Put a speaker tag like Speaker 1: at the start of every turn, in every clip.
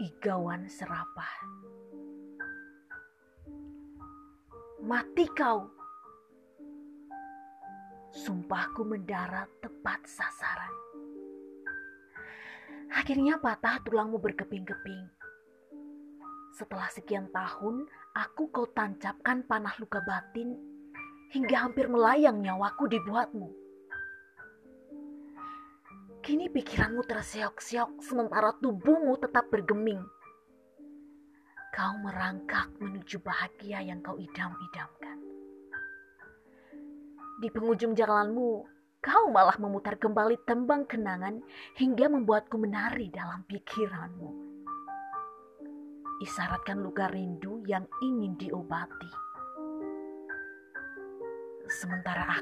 Speaker 1: igauan serapah. Mati kau. Sumpahku mendarat tepat sasaran. Akhirnya patah tulangmu berkeping-keping. Setelah sekian tahun, aku kau tancapkan panah luka batin hingga hampir melayang nyawaku dibuatmu. Kini pikiranmu terseok-seok sementara tubuhmu tetap bergeming. Kau merangkak menuju bahagia yang kau idam-idamkan. Di penghujung jalanmu, kau malah memutar kembali tembang kenangan hingga membuatku menari dalam pikiranmu. Isyaratkan luka rindu yang ingin diobati. Sementara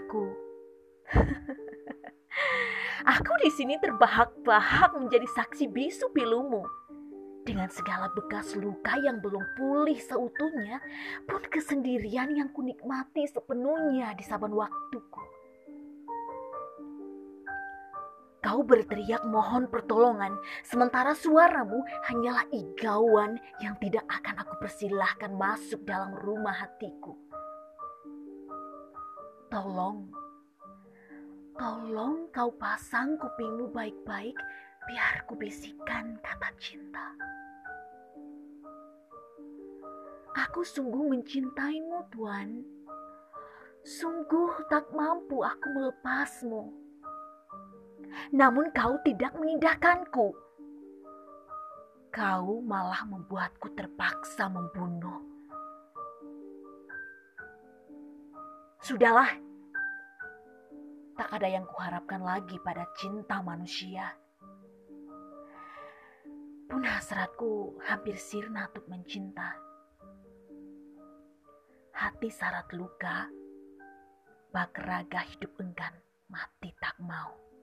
Speaker 1: aku di sini terbahak-bahak menjadi saksi bisu pilumu. Dengan segala bekas luka yang belum pulih seutuhnya, pun kesendirian yang kunikmati sepenuhnya di saban waktuku. Kau berteriak mohon pertolongan, sementara suaramu hanyalah igauan yang tidak akan aku persilahkan masuk dalam rumah hatiku. Tolong kau pasang kupingmu baik-baik, biar kubisikkan kata cinta. Aku sungguh mencintaimu, Tuan. Sungguh tak mampu aku melepasmu. Namun kau tidak mengindahkanku. Kau malah membuatku terpaksa membunuh. Sudahlah. Tak ada yang kuharapkan lagi pada cinta manusia. Pun hasratku hampir sirna untuk mencinta. Hati syarat luka, bak raga hidup enggan, mati tak mau.